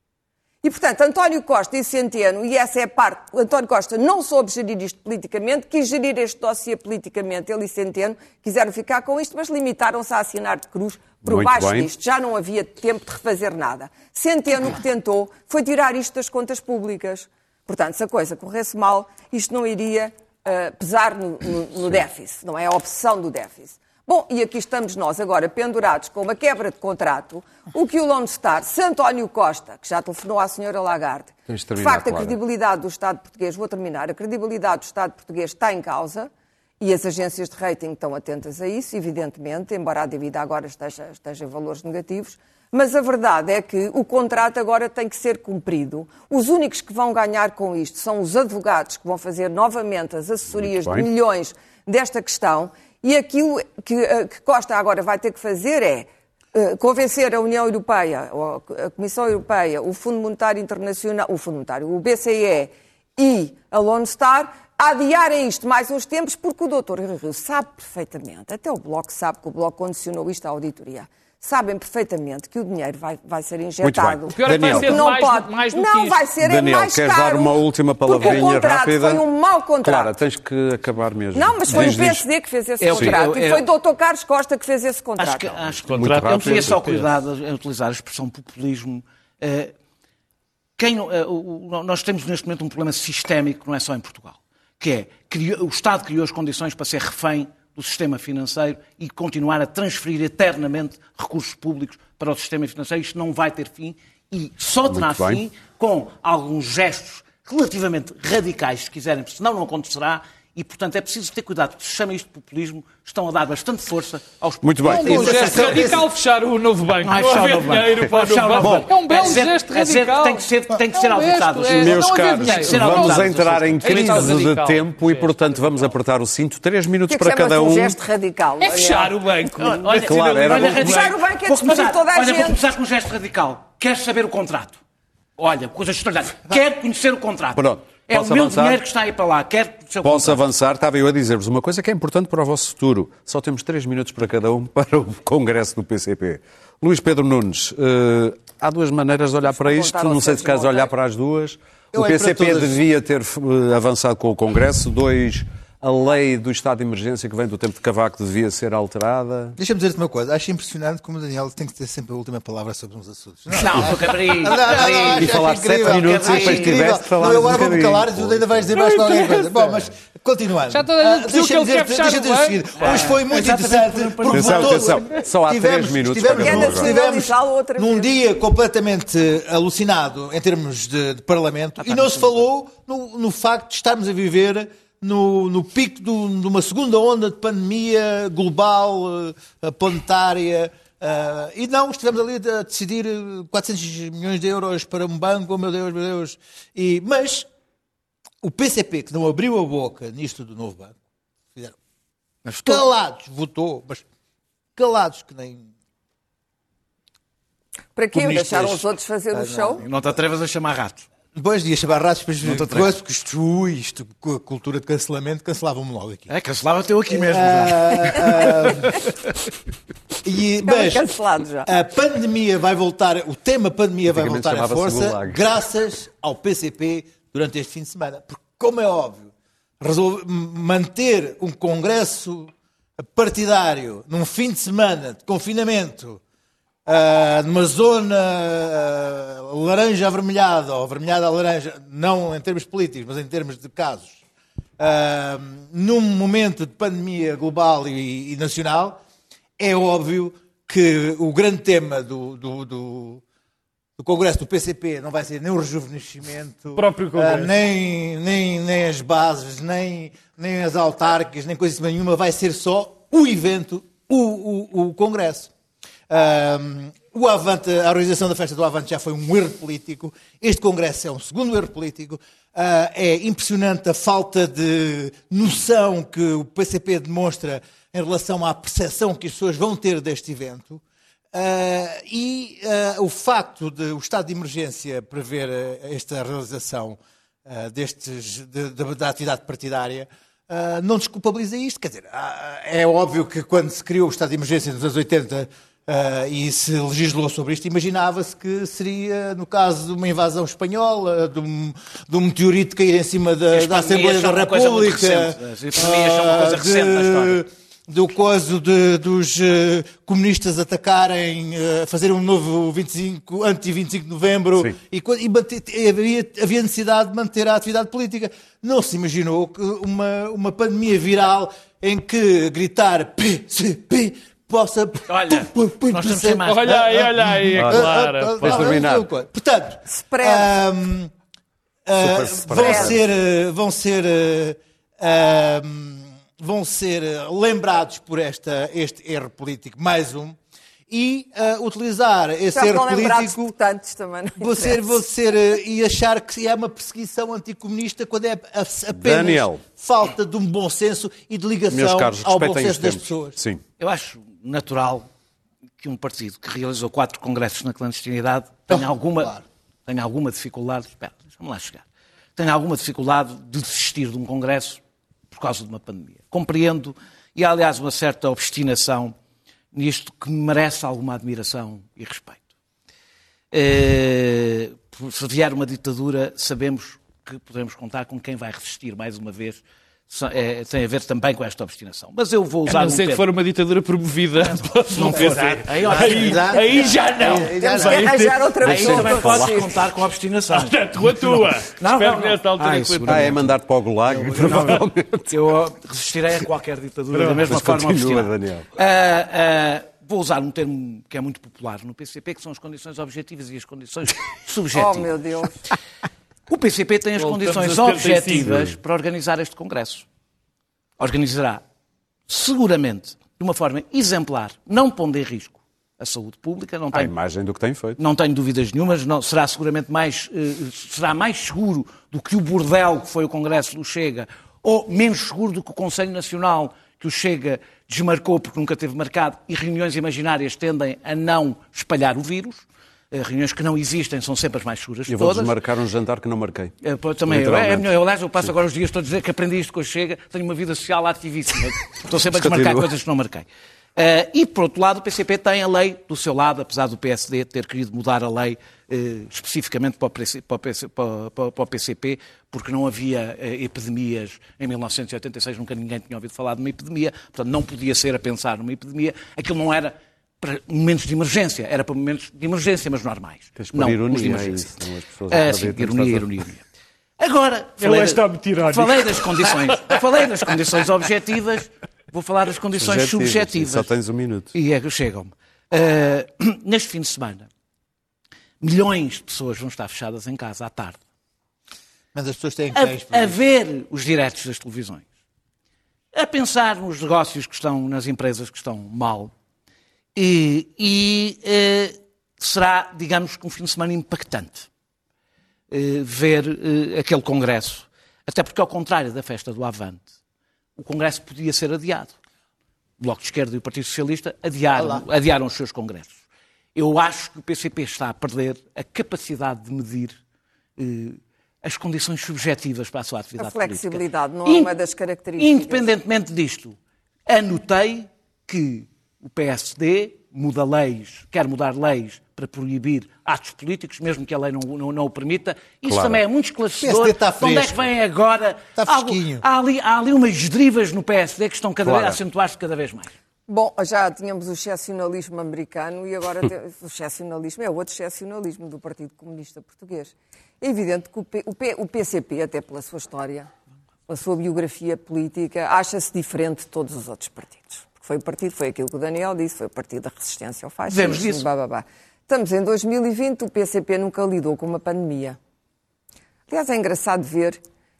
E, portanto, António Costa e Centeno, e essa é a parte, António Costa não soube gerir isto politicamente, quis gerir este dossiê politicamente, ele e Centeno quiseram ficar com isto, mas limitaram-se a assinar de cruz por baixo disto. Já não havia tempo de refazer nada. Centeno o que tentou foi tirar isto das contas públicas. Portanto, se a coisa corresse mal, isto não iria pesar no déficit, não é a obsessão do déficit. Bom, e aqui estamos nós agora pendurados com uma quebra de contrato, o que o Lone Star, se António Costa, que já telefonou à senhora Lagarde, de facto a credibilidade do Estado português, vou terminar, a credibilidade do Estado português está em causa e as agências de rating estão atentas a isso, evidentemente, embora a dívida agora esteja em valores negativos, mas a verdade é que o contrato agora tem que ser cumprido. Os únicos que vão ganhar com isto são os advogados que vão fazer novamente as assessorias de milhões desta questão. E aquilo que Costa agora vai ter que fazer é convencer a União Europeia, a Comissão Europeia, o Fundo Monetário Internacional, o BCE e a Lone Star a adiarem isto mais uns tempos, porque o Dr. Rio sabe perfeitamente, até o Bloco sabe que o Bloco condicionou isto à auditoria. Sabem perfeitamente que o dinheiro vai ser injetado. O pior é que vai ser mais do que isto. Não vai ser, Daniel, é mais caro. queres dar uma última palavrinha rápida? Foi um mau contrato. Claro, tens que acabar mesmo. Não, mas foi o PSD que fez esse contrato. E foi o Dr. Carlos Costa que fez esse contrato. Acho que eu teria só cuidado em utilizar a expressão populismo. Nós temos neste momento um problema sistémico, não é só em Portugal, que é o Estado criou as condições para ser refém do sistema financeiro e continuar a transferir eternamente recursos públicos para o sistema financeiro. Isto não vai ter fim e só terá fim com alguns gestos relativamente radicais, se quiserem, senão não acontecerá. E, portanto, é preciso ter cuidado, porque se chama isto de populismo, estão a dar bastante força aos... Muito bem. É um gesto radical fechar o novo banco. Não haver dinheiro para o novo banco. É um belo gesto radical. Tem que ser auditado. Meus caros, vamos entrar em crise de tempo e, portanto, vamos apertar o cinto. 3 minutos para cada um. Um gesto radical. É fechar o banco. Claro, era bom. Fechar o banco é despedir toda a gente. Vou começar com um gesto radical. Queres saber o contrato? Olha, coisa extraordinária. Quero conhecer o contrato. Pronto. É o meu dinheiro que está aí para lá. Posso avançar? Estava eu a dizer-vos uma coisa que é importante para o vosso futuro. Só temos 3 minutos para cada um para o Congresso do PCP. Luís Pedro Nunes, há 2 maneiras de olhar para isto. Não sei se queres olhar para as duas. O PCP devia ter avançado com o Congresso. 2, a lei do estado de emergência que vem do tempo de Cavaco devia ser alterada. Deixa-me dizer-te uma coisa. Acho impressionante como o Daniel tem que ter sempre a última palavra sobre uns assuntos. Não, porque abri. E falar 7 minutos e depois tiveste de falar. Eu agora vou-me calar e tu ainda vais dizer mais qualquer coisa. Bom, mas continuando. Já toda a gente percebeu que ele quer fechar o banco. Mas foi muito interessante. Atenção, só há 3 minutos para cada um. Estivemos num dia completamente alucinado em termos de Parlamento e não se falou no facto de estarmos a viver no pico de uma segunda onda de pandemia global, planetária, e não, estivemos ali a decidir 400 milhões de euros para um banco, oh meu Deus, mas o PCP, que não abriu a boca nisto do novo banco, fizeram calados, votou, mas calados que nem... Para quê? Deixaram os outros fazer o show? Não te atrevas a chamar rato. Depois ia chamar ratos, depois porque isto, com a cultura de cancelamento, cancelavam-me logo aqui. Cancelava-te eu aqui mesmo. Mas a pandemia vai voltar, o tema pandemia vai voltar à força graças ao PCP durante este fim de semana. Porque, como é óbvio, manter um congresso partidário num fim de semana de confinamento numa zona laranja avermelhada, ou avermelhada a laranja, não em termos políticos, mas em termos de casos, num momento de pandemia global e nacional, é óbvio que o grande tema do Congresso do PCP não vai ser nem o rejuvenescimento, nem as bases, nem as autárquicas, nem coisa nenhuma, vai ser só o evento, o Congresso. O Avante, a organização da festa do Avante já foi um erro político. Este Congresso é um segundo erro político. É impressionante a falta de noção que o PCP demonstra em relação à percepção que as pessoas vão ter deste evento. O facto de o estado de emergência prever esta realização da atividade partidária não desculpabiliza isto. Quer dizer, é óbvio que quando se criou o estado de emergência nos anos 80 e se legislou sobre isto, imaginava-se que seria, no caso de uma invasão espanhola, de um meteorito cair em cima da Assembleia da República, as epidemias são uma coisa recente na história. Do caso dos comunistas atacarem, fazerem um novo anti-25 de novembro, e havia necessidade de manter a atividade política. Não se imaginou que uma pandemia viral em que gritar PCP possa... Olha, nós estamos sem mais. Olha aí, é claro. Podes terminar. Portanto, vão ser lembrados por este erro político, mais um, e utilizar esse erro político e achar que é uma perseguição anticomunista quando é apenas falta de um bom senso e de ligação ao bom senso das pessoas. Sim. Eu acho natural que um partido que realizou 4 congressos na clandestinidade tenha alguma dificuldade, deixa-me lá chegar, tenha alguma dificuldade de desistir de um congresso por causa de uma pandemia. Compreendo, e há, aliás, uma certa obstinação nisto que merece alguma admiração e respeito. Se vier uma ditadura, sabemos que podemos contar com quem vai resistir mais uma vez. Tem a ver também com esta obstinação. Mas eu vou usar a não ser que for uma ditadura promovida. Não for. Aí já não. Aí também podes contar com a obstinação. Com a tua. Espero que nesta altura com a tua. É mandar-te para o gulag, provavelmente. Eu resistirei a qualquer ditadura da mesma forma obstinada. Vou usar um termo que é muito popular no PCP, que são as condições objetivas e as condições subjetivas. Oh, meu Deus. O PCP tem as condições objetivas para organizar este Congresso. Organizará, seguramente, de uma forma exemplar, não pondo em risco a saúde pública. A imagem do que tem feito. Não tenho dúvidas nenhumas. Será seguramente será mais seguro do que o bordel que foi o Congresso do Chega, ou menos seguro do que o Conselho Nacional que o Chega desmarcou porque nunca teve marcado, e reuniões imaginárias tendem a não espalhar o vírus. Reuniões que não existem são sempre as mais seguras de todas. Eu vou desmarcar um jantar que não marquei. Também eu passo agora os dias, estou a dizer que aprendi isto com o Chega, tenho uma vida social ativíssima. Estou sempre a desmarcar coisas que não marquei. E, por outro lado, o PCP tem a lei do seu lado, apesar do PSD ter querido mudar a lei especificamente para o PCP, porque não havia epidemias em 1986, nunca ninguém tinha ouvido falar de uma epidemia, portanto não podia ser a pensar numa epidemia. Aquilo não era para momentos de emergência, era para momentos de emergência, mas normais. Não ironia, de emergência. Sim, ironia. Agora, falei das condições objetivas, vou falar das condições subjetivas. Só tens um minuto. E chegam-me. Neste fim de semana, milhões de pessoas vão estar fechadas em casa à tarde. Mas as pessoas têm a ver os diretos das televisões. A pensar nos negócios que estão, nas empresas que estão mal. Será, digamos, um fim de semana impactante ver aquele congresso. Até porque, ao contrário da festa do Avante, o congresso podia ser adiado. O Bloco de Esquerda e o Partido Socialista adiaram os seus congressos. Eu acho que o PCP está a perder a capacidade de medir as condições subjetivas para a sua atividade política. A flexibilidade não é uma das características. Independentemente disto, anotei que o PSD quer mudar leis para proibir atos políticos, mesmo que a lei não o permita. Isso também é muito esclarecedor. De onde é que vem agora? Está fresquinho. Há ali umas derivas no PSD que estão a acentuar-se cada vez mais. Bom, já tínhamos o excepcionalismo americano e agora o excepcionalismo é outro excepcionalismo do Partido Comunista Português. É evidente que o PCP, até pela sua história, pela sua biografia política, acha-se diferente de todos os outros partidos. Porque foi aquilo que o Daniel disse, foi o partido da resistência ao fascismo. Vemos disso. Estamos em 2020, o PCP nunca lidou com uma pandemia. Aliás, é engraçado ver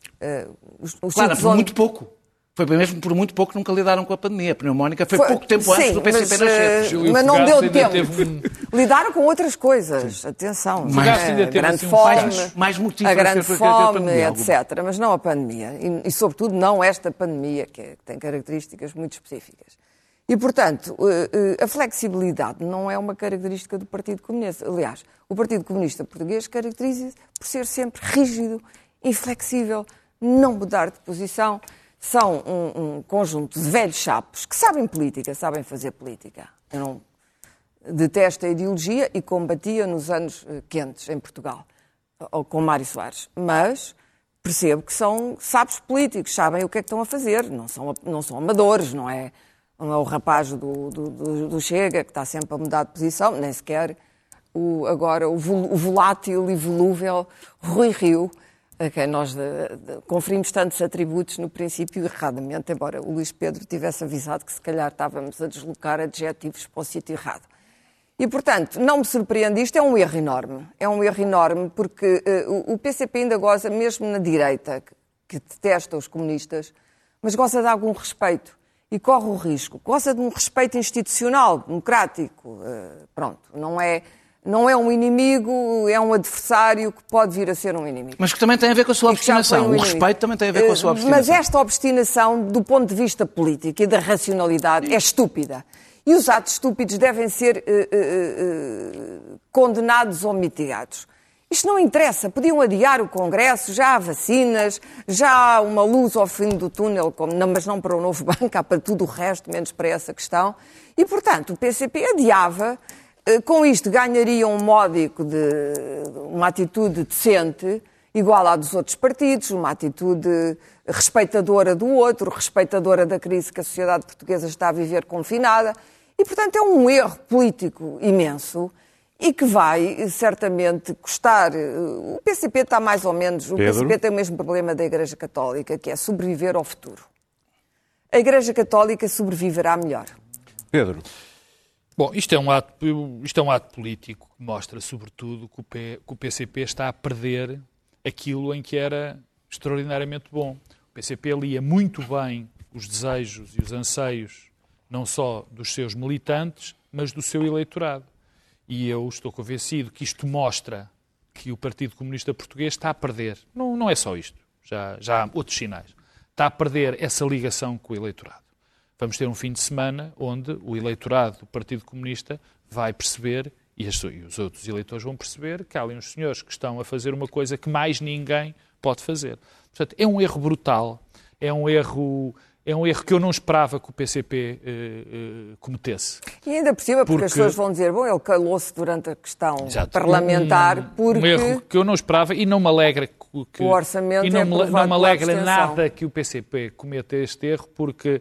Claro, por muito pouco. Foi mesmo por muito pouco que nunca lidaram com a pandemia. A pneumónica foi pouco tempo antes do PCP nascer. Mas não deu tempo. Lidaram com outras coisas. Sim. Atenção. A grande fome, a grande fome, etc. Mas não a pandemia. E, sobretudo, não esta pandemia, que tem características muito específicas. E, portanto, a flexibilidade não é uma característica do Partido Comunista. Aliás, o Partido Comunista Português caracteriza-se por ser sempre rígido, inflexível, não mudar de posição. São um conjunto de velhos chapos que sabem política, sabem fazer política. Eu não detesto a ideologia e combatia nos anos quentes em Portugal, ou com Mário Soares. Mas percebo que são sábios políticos, sabem o que é que estão a fazer, não são amadores, não é o rapaz do Chega, que está sempre a mudar de posição, nem sequer agora o volátil e volúvel Rui Rio, a quem nós conferimos tantos atributos no princípio erradamente, embora o Luís Pedro tivesse avisado que se calhar estávamos a deslocar adjetivos para o sítio errado. E, portanto, não me surpreende isto, é um erro enorme. É um erro enorme porque o PCP ainda goza, mesmo na direita, que detesta os comunistas, mas goza de algum respeito e corre o risco. Goza de um respeito institucional, democrático. Pronto, não é um inimigo, é um adversário que pode vir a ser um inimigo. Mas que também tem a ver com a sua obstinação. O respeito também tem a ver com a sua obstinação. Mas esta obstinação, do ponto de vista político e da racionalidade, é estúpida. E os atos estúpidos devem ser condenados ou mitigados. Isto não interessa. Podiam adiar o Congresso, já há vacinas, já há uma luz ao fim do túnel, mas não para o novo banco, há para tudo o resto, menos para essa questão. E, portanto, o PCP adiava. Com isto ganharia um módico de uma atitude decente, igual à dos outros partidos, uma atitude respeitadora do outro, respeitadora da crise que a sociedade portuguesa está a viver confinada. E, portanto, é um erro político imenso e que vai certamente custar. O PCP está mais ou menos... O PCP tem o mesmo problema da Igreja Católica, que é sobreviver ao futuro. A Igreja Católica sobreviverá melhor. Pedro. Bom, isto é um ato político que mostra, sobretudo, que o PCP está a perder aquilo em que era extraordinariamente bom. O PCP lia muito bem os desejos e os anseios, não só dos seus militantes, mas do seu eleitorado. E eu estou convencido que isto mostra que o Partido Comunista Português está a perder. Não é só isto, já há outros sinais. Está a perder essa ligação com o eleitorado. Vamos ter um fim de semana onde o eleitorado do Partido Comunista vai perceber, e os outros eleitores vão perceber, que há ali uns senhores que estão a fazer uma coisa que mais ninguém pode fazer. Portanto, é um erro brutal, é um erro que eu não esperava que o PCP cometesse. E ainda por cima, porque as pessoas vão dizer, bom, ele calou-se durante a questão parlamentar, porque... Um erro que eu não esperava e não me alegra que... O orçamento não me alegra nada que o PCP cometa este erro, porque...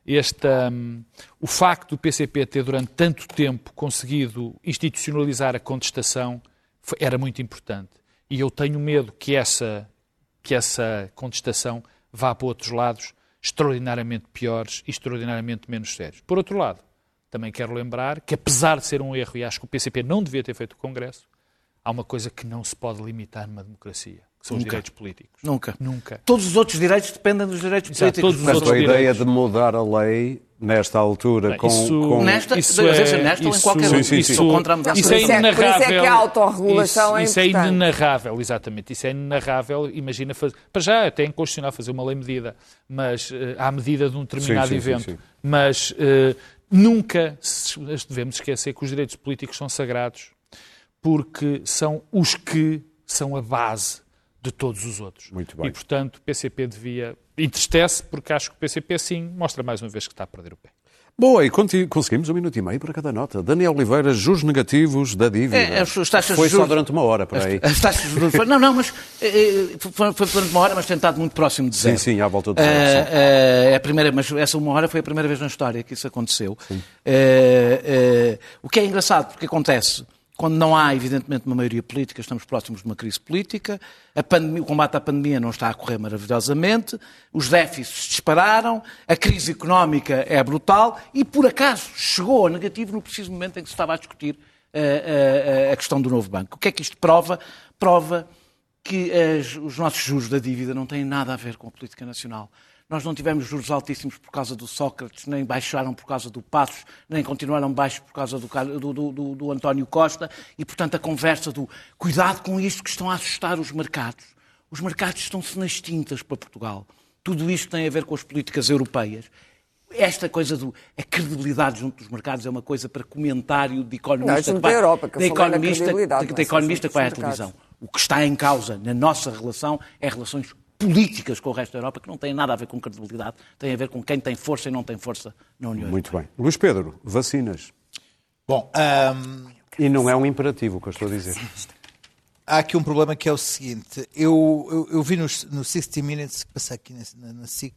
o facto do PCP ter durante tanto tempo conseguido institucionalizar a contestação era muito importante. E eu tenho medo que essa contestação vá para outros lados extraordinariamente piores e extraordinariamente menos sérios. Por outro lado, também quero lembrar que, apesar de ser um erro, e acho que o PCP não devia ter feito o Congresso, há uma coisa que não se pode limitar numa democracia. Que são os direitos políticos. Nunca. Todos os outros direitos dependem dos direitos políticos. Mas a ideia de mudar a lei nesta altura Nesta ou em qualquer outra. Isso é inenarrável. Por isso é que a autorregulação é importante. Isso é inenarrável, exatamente. Isso é inenarrável. Imagina fazer... Para já até é inconstitucional fazer uma lei medida, mas à medida de um determinado evento. Sim. Mas nunca devemos esquecer que os direitos políticos são sagrados porque são os que são a base de todos os outros. Muito bem. E, portanto, o PCP entristece, porque acho que o PCP, sim, mostra mais uma vez que está a perder o pé. Boa, e conseguimos 1 minuto e meio para cada nota. Daniel Oliveira, juros negativos da dívida. Foi só durante uma hora, para aí. As taxas de juros... Não, mas foi durante uma hora, mas tem estado muito próximo de zero. Sim, à volta de zero. Mas essa uma hora foi a primeira vez na história que isso aconteceu. O que é engraçado, porque acontece... Quando não há, evidentemente, uma maioria política, estamos próximos de uma crise política, o combate à pandemia não está a correr maravilhosamente, os déficits dispararam, a crise económica é brutal e, por acaso, chegou ao negativo no preciso momento em que se estava a discutir a questão do novo banco. O que é que isto prova? Prova que os nossos juros da dívida não têm nada a ver com a política nacional. Nós não tivemos juros altíssimos por causa do Sócrates, nem baixaram por causa do Passos, nem continuaram baixos por causa do António Costa. E, portanto, a conversa do cuidado com isto que estão a assustar os mercados. Os mercados estão-se nas tintas para Portugal. Tudo isto tem a ver com as políticas europeias. Esta coisa a credibilidade junto dos mercados é uma coisa para comentário de economista que vai à televisão. O que está em causa na nossa relação é relações políticas com o resto da Europa, que não têm nada a ver com credibilidade, têm a ver com quem tem força e não tem força na União Europeia. Muito bem. Luís Pedro, vacinas. Bom, E não é um imperativo o que eu estou a dizer. há aqui um problema que é o seguinte. Eu vi no 60 Minutes, que passei aqui na SIC,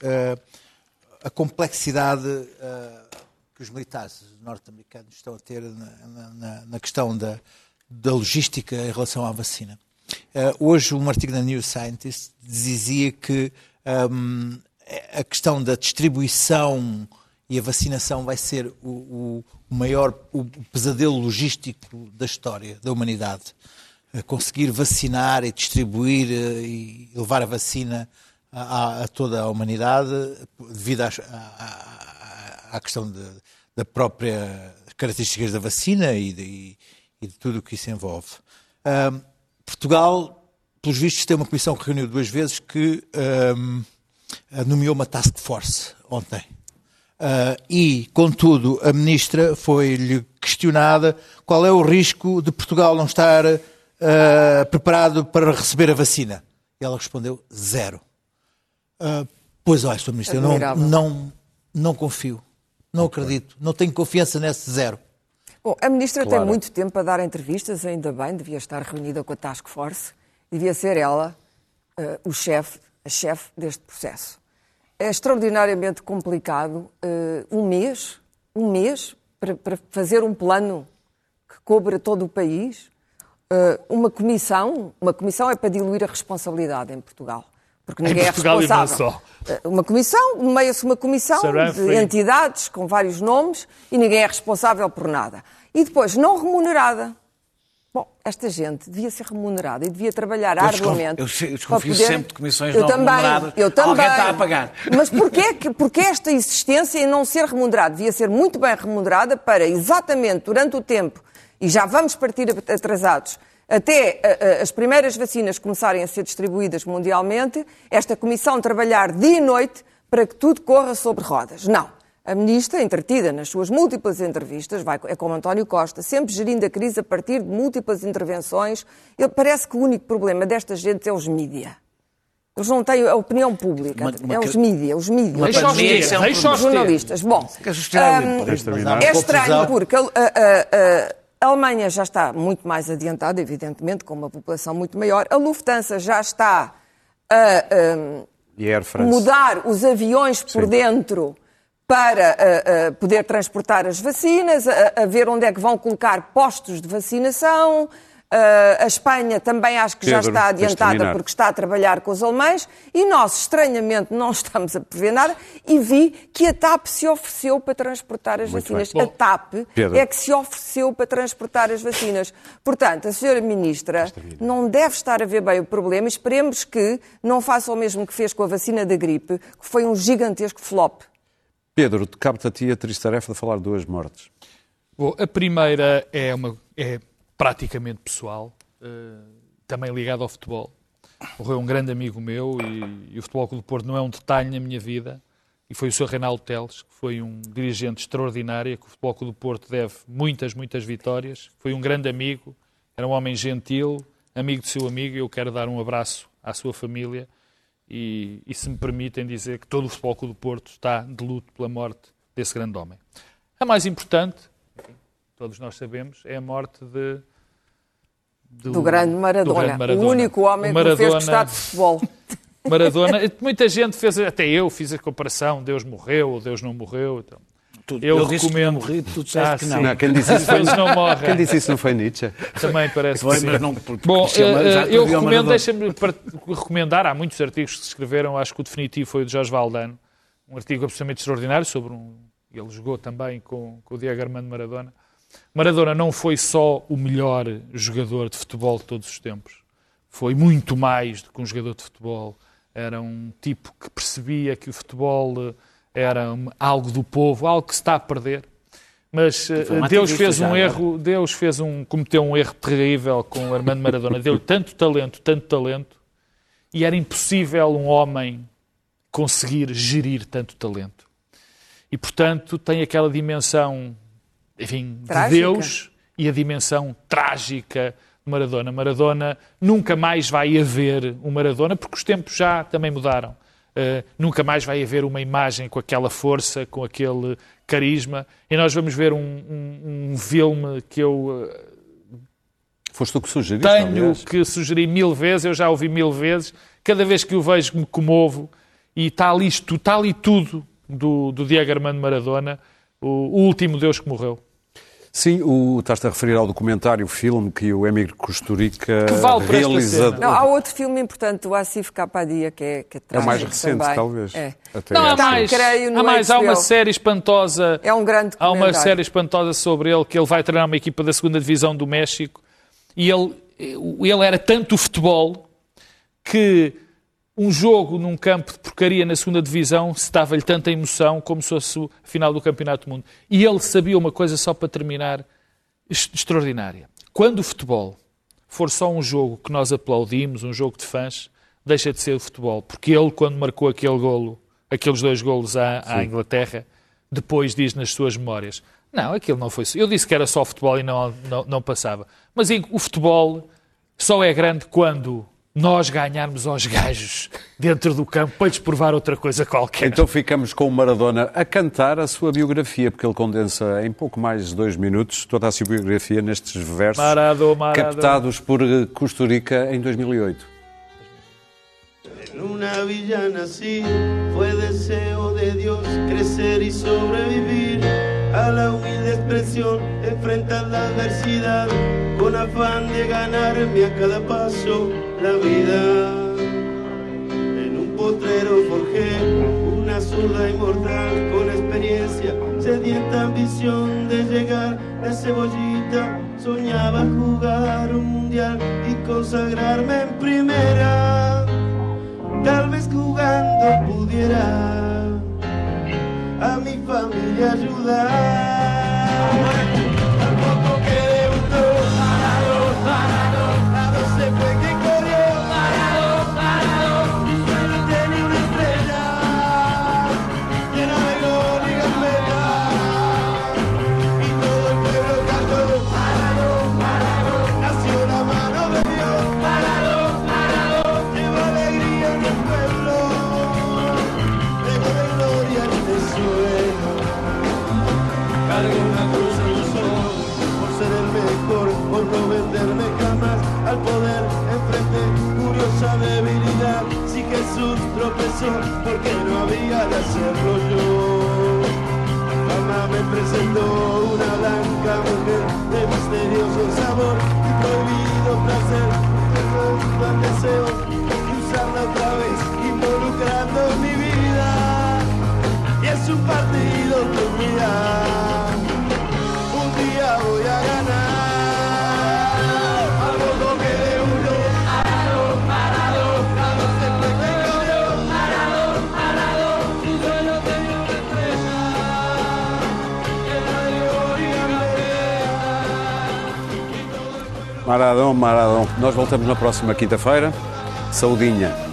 a complexidade que os militares norte-americanos estão a ter na questão da logística em relação à vacina. Hoje, um artigo na New Scientist dizia que a questão da distribuição e a vacinação vai ser o pesadelo logístico da história da humanidade. Conseguir vacinar e distribuir e levar a vacina a toda a humanidade devido à questão da própria características da vacina e de tudo o que isso envolve. Portugal, pelos vistos, tem uma comissão que reuniu 2 vezes que nomeou uma task force ontem. E, contudo, a ministra foi-lhe questionada qual é o risco de Portugal não estar preparado para receber a vacina. E ela respondeu 0. Pois olha, Sr. Ministro, eu não confio, não acredito, não tenho confiança nesse 0. Bom, a Ministra tem muito tempo para dar entrevistas, ainda bem, devia estar reunida com a Task Force, devia ser ela a chefe deste processo. É extraordinariamente complicado um mês para fazer um plano que cobra todo o país. Uma comissão é para diluir a responsabilidade em Portugal. Porque ninguém é responsável. Nomeia-se uma comissão de entidades com vários nomes e ninguém é responsável por nada. E depois, não remunerada. Bom, esta gente devia ser remunerada e devia trabalhar arduamente. Eu desconfio sempre de comissões não remuneradas. Eu também. Alguém está a pagar. Mas porquê esta insistência em não ser remunerada? Devia ser muito bem remunerada para, exatamente durante o tempo, e já vamos partir atrasados, até as primeiras vacinas começarem a ser distribuídas mundialmente, esta comissão trabalhar dia e noite para que tudo corra sobre rodas. Não. A ministra, entretida nas suas múltiplas entrevistas, é como António Costa, sempre gerindo a crise a partir de múltiplas intervenções. Parece que o único problema desta gente é os mídia. Eles não têm a opinião pública. Os mídia. Os jornalistas. Bom, é estranho porque a Alemanha já está muito mais adiantada, evidentemente, com uma população muito maior. A Lufthansa já está a mudar os aviões por dentro para poder transportar as vacinas, a ver onde é que vão colocar postos de vacinação. A Espanha também acho que já está adiantada porque está a trabalhar com os alemães e nós, estranhamente, não estamos a prever nada e vi que a TAP se ofereceu para transportar as vacinas. A TAP é que se ofereceu para transportar as vacinas. Portanto, a senhora Ministra não deve estar a ver bem o problema. Esperemos que não faça o mesmo que fez com a vacina da gripe, que foi um gigantesco flop. Pedro, cabe-te a ti a triste tarefa de falar de 2 mortes. Bom, a primeira é praticamente pessoal, também ligado ao futebol. Morreu um grande amigo meu e o Futebol Clube do Porto não é um detalhe na minha vida, e foi o Sr. Reinaldo Teles, que foi um dirigente extraordinário, que o Futebol Clube do Porto deve muitas, muitas vitórias, foi um grande amigo, era um homem gentil, amigo do seu amigo, e eu quero dar um abraço à sua família e se me permitem dizer que todo o Futebol Clube do Porto está de luto pela morte desse grande homem. A mais importante, todos nós sabemos, é a morte do grande Maradona, o único homem que fez gostar de futebol. Maradona, muita gente fez, até eu fiz a comparação, Deus morreu ou Deus não morreu. Então, eu recomendo. Tu disseste que não. Não, quem disse isso não foi Nietzsche. Também parece foi, que sim. Mas não, bom, eu recomendo, deixa-me recomendar, há muitos artigos que se escreveram, acho que o definitivo foi o de Jorge Valdano, um artigo absolutamente extraordinário sobre ele jogou também com o Diego Armando Maradona. Maradona não foi só o melhor jogador de futebol de todos os tempos, foi muito mais do que um jogador de futebol. Era um tipo que percebia que o futebol era algo do povo, algo que se está a perder. Mas Deus cometeu um erro terrível com o Armando Maradona. Deu-lhe tanto talento, e era impossível um homem conseguir gerir tanto talento. E, portanto, tem aquela dimensão, enfim, de Deus e a dimensão trágica de Maradona. Maradona nunca mais vai haver um Maradona, porque os tempos já também mudaram. Nunca mais vai haver uma imagem com aquela força, com aquele carisma. E nós vamos ver um filme que eu Foste tu que sugeriste, tenho que sugerir 1000 vezes, eu já ouvi 1000 vezes. Cada vez que o vejo me comovo, e está ali tudo do Diego Armando Maradona, o último Deus que morreu. Sim, estás-te a referir ao documentário, filme que o Emílio Kusturica realizador. Não, há outro filme importante, o Asif Kapadia, que é o mais recente, também. Talvez. É. Não, há uma série espantosa. É um grande documentário. Há uma série espantosa sobre ele, que ele vai treinar uma equipa da 2ª Divisão do México, e ele era tanto o futebol que um jogo num campo de porcaria na 2ª Divisão se dava-lhe tanta emoção como se fosse a final do Campeonato do Mundo. E ele sabia uma coisa, só para terminar, extraordinária. Quando o futebol for só um jogo que nós aplaudimos, um jogo de fãs, deixa de ser o futebol. Porque ele, quando marcou aqueles 2 golos à Inglaterra, depois diz nas suas memórias, não, aquilo não foi... Eu disse que era só futebol e não passava. Mas o futebol só é grande quando nós ganharmos aos gajos dentro do campo para lhes provar outra coisa qualquer. Então ficamos com o Maradona a cantar a sua biografia, porque ele condensa em pouco mais de 2 minutos toda a sua biografia nestes versos captados por Kusturica em 2008. En una villa nací, fue deseo de Dios crecer y sobrevivir a la humilde expresión, enfrentar la adversidad con afán de ganarme a cada paso la vida. En un potrero forjé una zurda inmortal con experiencia, sedienta ambición de llegar de cebollita. Soñaba jugar un mundial y consagrarme en primera. Tal vez jugando pudiera a mi familia ayudar. Tampoco que debutó, Maradona se fue quien corrió, Maradona, mi sueño tenía una estrella llena de gol y gambeta, y todo el pueblo cantó, Maradona, nació la mano de Dios, Maradona, lleva alegría en el pueblo, lleva de gloria en el suelo. Cargué una cruz en los ojos por ser el mejor, por no venderme jamás al poder. Enfrenté curiosa debilidad. Si Jesús tropezó, porque no había de hacerlo yo. Mamá me presentó una blanca mujer de misterioso sabor y prohibido placer. Tengo un gran deseo de usarla otra vez, involucrando mi vida. Y es un partido que un día voy a ganar. Algo que debutó, Maradona, no se fue que corrió, Maradona, su sueño tenía una estrella, llena de gol y gambeta. Maradona. Nós voltamos na próxima quinta-feira. Saudinha.